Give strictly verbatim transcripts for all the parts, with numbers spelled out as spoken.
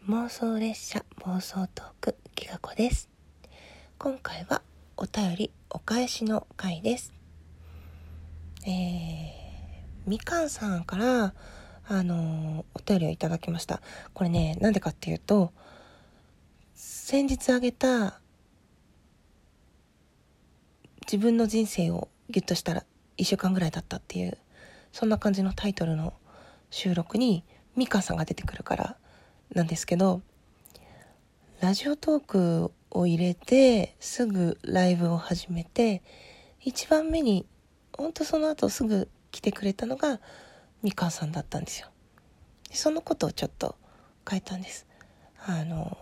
妄想列車妄想トークきがこです。今回はお便りお返しの回です。えー、みかんさんからあのー、お便りをいただきました。これね、なんでかっていうと、先日あげた自分の人生をギュッとしたらいっしゅうかんぐらいだったっていう、そんな感じのタイトルの収録にみかんさんが出てくるからなんですけど、ラジオトークを入れてすぐライブを始めて、一番目にほんとその後すぐ来てくれたのがみかんさんだったんですよ。そのことをちょっと書いたんです。あの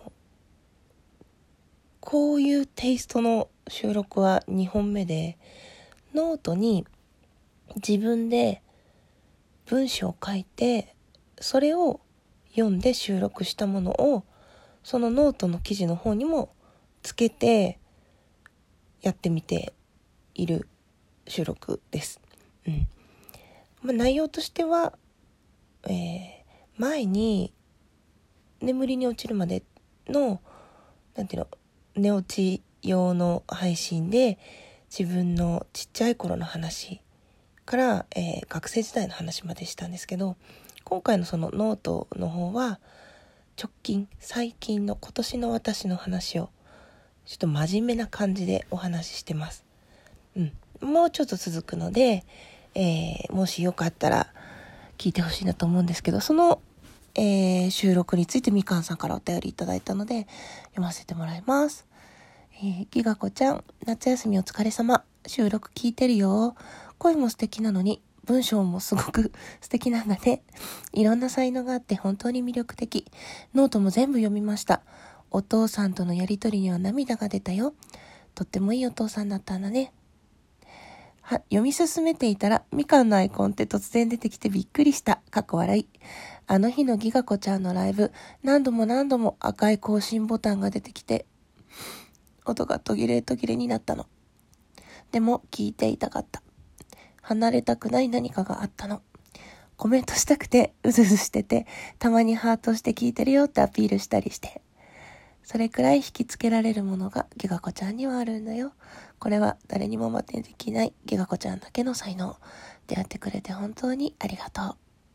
こういうテイストの収録はにほんめで、ノートに自分で文章を書いて、それを読んで収録したものをそのノートの記事の方にもつけてやってみている収録です。うんまあ、内容としては、えー、前に眠りに落ちるまでのなんていうの寝落ち用の配信で自分のちっちゃい頃の話から、えー、学生時代の話までしたんですけど、今回のそのノートの方は直近最近の今年の私の話をちょっと真面目な感じでお話ししてます。うん、もうちょっと続くので、えー、もしよかったら聞いてほしいなと思うんですけど、その、えー、収録についてみかんさんからお便りいただいたので読ませてもらいます。えー、ぎがこちゃん、夏休みお疲れ様。収録聞いてるよ。声も素敵なのに文章もすごく素敵なんだね。いろんな才能があって本当に魅力的。ノートも全部読みました。お父さんとのやりとりには涙が出たよ。とってもいいお父さんだったんだね。は読み進めていたらみかんのアイコンって突然出てきてびっくりした。かっこ笑い。あの日のギガ子ちゃんのライブ、何度も何度も赤い更新ボタンが出てきて音が途切れ途切れになったの。でも聞いていたかった。離れたくない何かがあったの。コメントしたくてうずうずしてて、たまにハートして聞いてるよってアピールしたりして、それくらい引きつけられるものがギガ子ちゃんにはあるんだよ。これは誰にも真似できないギガ子ちゃんだけの才能。出会ってくれて本当にありがとう。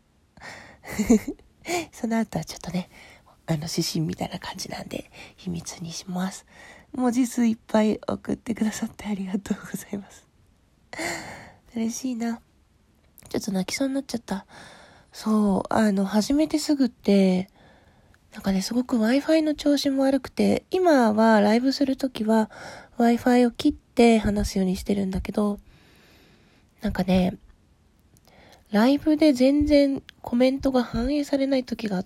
その後はちょっとね、あの指針みたいな感じなんで秘密にします。文字数いっぱい送ってくださってありがとうございます。嬉しいな。ちょっと泣きそうになっちゃった。そう、あの始めてすぐってなんかね、すごく Wi-Fi の調子も悪くて、今はライブするときは Wi-Fi を切って話すようにしてるんだけど、なんかね、ライブで全然コメントが反映されないときがあって、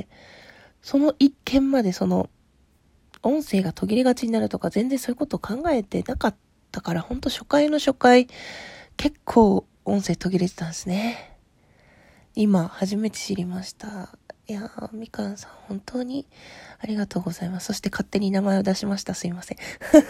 その一件までその音声が途切れがちになるとか全然そういうことを考えてなかったから、ほんと初回の初回結構音声途切れてたんですね。今初めて知りました。いやー、みかんさん本当にありがとうございます。そして勝手に名前を出しました。すいません。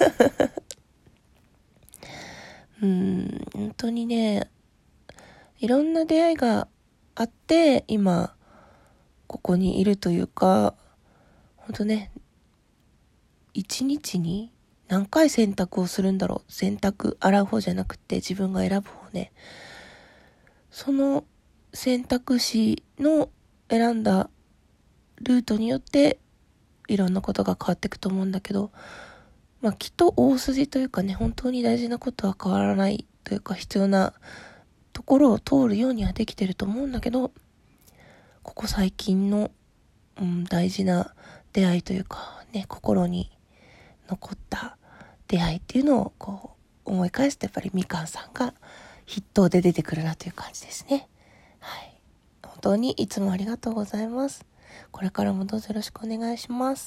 うーん、本当にね、いろんな出会いがあって、今、ここにいるというか、本当ね、一日に何回選択をするんだろう。選択、洗う方じゃなくて自分が選ぶ方ね。その選択肢の選んだルートによっていろんなことが変わっていくと思うんだけど、まあきっと大筋というかね、本当に大事なことは変わらないというか、必要なところを通るようにはできてると思うんだけど、ここ最近の、うん、大事な出会いというかね、心に残った出会いっていうのをこう思い返すと、やっぱりみかんさんが筆頭で出てくるなという感じですね。はい、本当にいつもありがとうございます。これからもどうぞよろしくお願いします。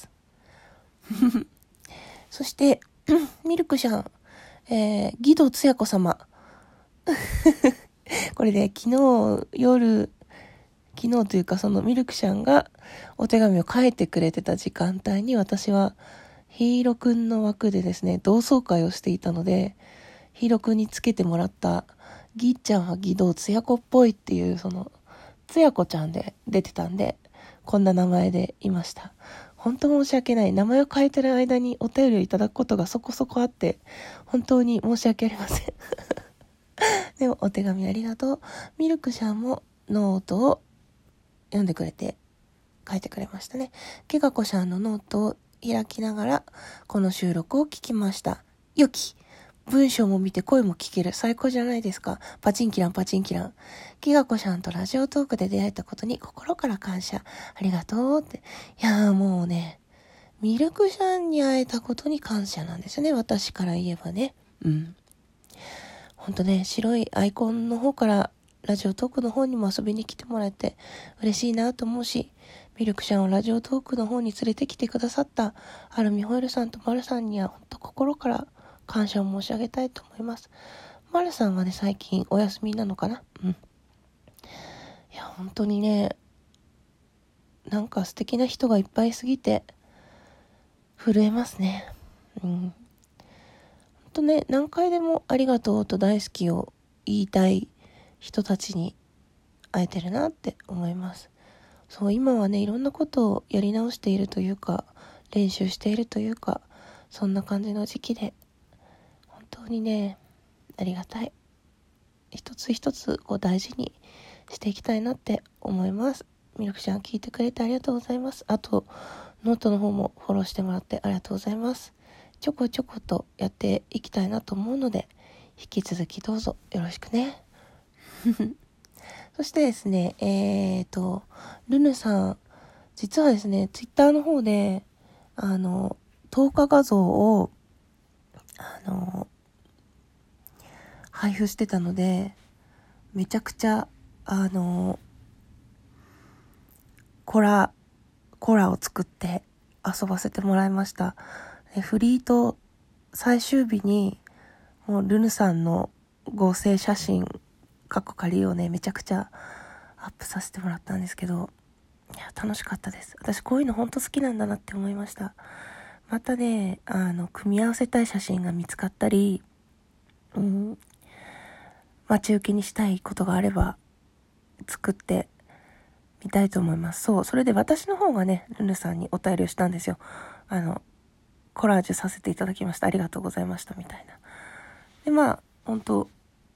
そしてミルクちゃん、えー、義堂つや子様これで昨日夜昨日というかそのミルクちゃんがお手紙を書いてくれてた時間帯に、私はヒーロくんの枠でですね、同窓会をしていたので、ヒーロくんにつけてもらったぎっちゃんは義堂つや子っぽいっていう、そのつや子ちゃんで出てたんで、 こんな名前でいました。本当申し訳ない。名前を変えてる間にお便りをいただくことがそこそこあって、本当に申し訳ありません。でもお手紙ありがとう。ミルクちゃんもノートを読んでくれて書いてくれましたね。けがこちゃんのノートを開きながらこの収録を聞きました。よき文章も見て声も聞ける。最高じゃないですか。パチンキランパチンキラン。きがこちゃんとラジオトークで出会えたことに心から感謝。ありがとうって。いやーもうね、ミルクちゃんに会えたことに感謝なんですよね。私から言えばね。うん。ほんとね、白いアイコンの方からラジオトークの方にも遊びに来てもらえて嬉しいなと思うし、ミルクちゃんをラジオトークの方に連れてきてくださったアルミホイルさんとマルさんにはほんと心から感謝を申し上げたいと思います。マルさんはね、最近お休みなのかな。うん。いや、本当にね、なんか素敵な人がいっぱいすぎて、震えますね。うん。本当ね、何回でもありがとうと大好きを言いたい人たちに会えてるなって思います。そう、今はね、いろんなことをやり直しているというか、練習しているというか、そんな感じの時期で、本当にね、ありがたい。一つ一つこう大事にしていきたいなって思います。ミルクちゃん聞いてくれてありがとうございます。あとノートの方もフォローしてもらってありがとうございます。ちょこちょことやっていきたいなと思うので、引き続きどうぞよろしくね。そしてですね、えーとルヌさん、実はですね、ツイッターの方であの投下画像をあの配布してたので、めちゃくちゃあのコラコラを作って遊ばせてもらいました。フリート最終日にもうルヌさんの合成写真過去仮をね、めちゃくちゃアップさせてもらったんですけど、いや楽しかったです。私こういうのほんと好きなんだなって思いました。またね、あの組み合わせたい写真が見つかったり、うん、待ち受けにしたいことがあれば作ってみたいと思います。そう、それで私の方がね、ルヌさんにお便りをしたんですよ。あの、コラージュさせていただきました。ありがとうございました。みたいな。で、まあ、本当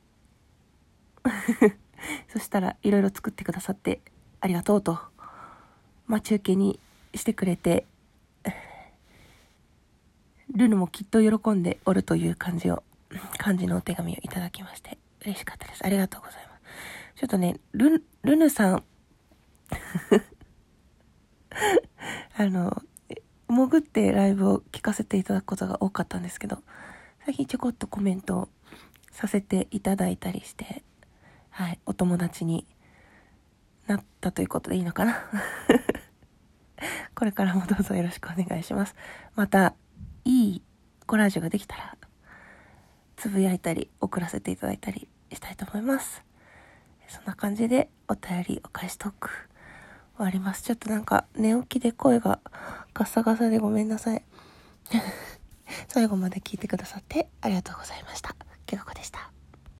そしたら、いろいろ作ってくださって、ありがとうと、待ち受けにしてくれて、ルヌもきっと喜んでおるという感じを、感じのお手紙をいただきまして、嬉しかったです。ありがとうございます。ちょっとね、ル、ルヌさん、あの、潜ってライブを聞かせていただくことが多かったんですけど、最近ちょこっとコメントをさせていただいたりして、はい、お友達になったということでいいのかな。これからもどうぞよろしくお願いします。また、いいコラージュができたら、つぶやいたり、送らせていただいたりしたいと思います。そんな感じで、お便りお返しトーク終わります。ちょっとなんか寝起きで声がガサガサでごめんなさい。最後まで聞いてくださってありがとうございました。けがこでした。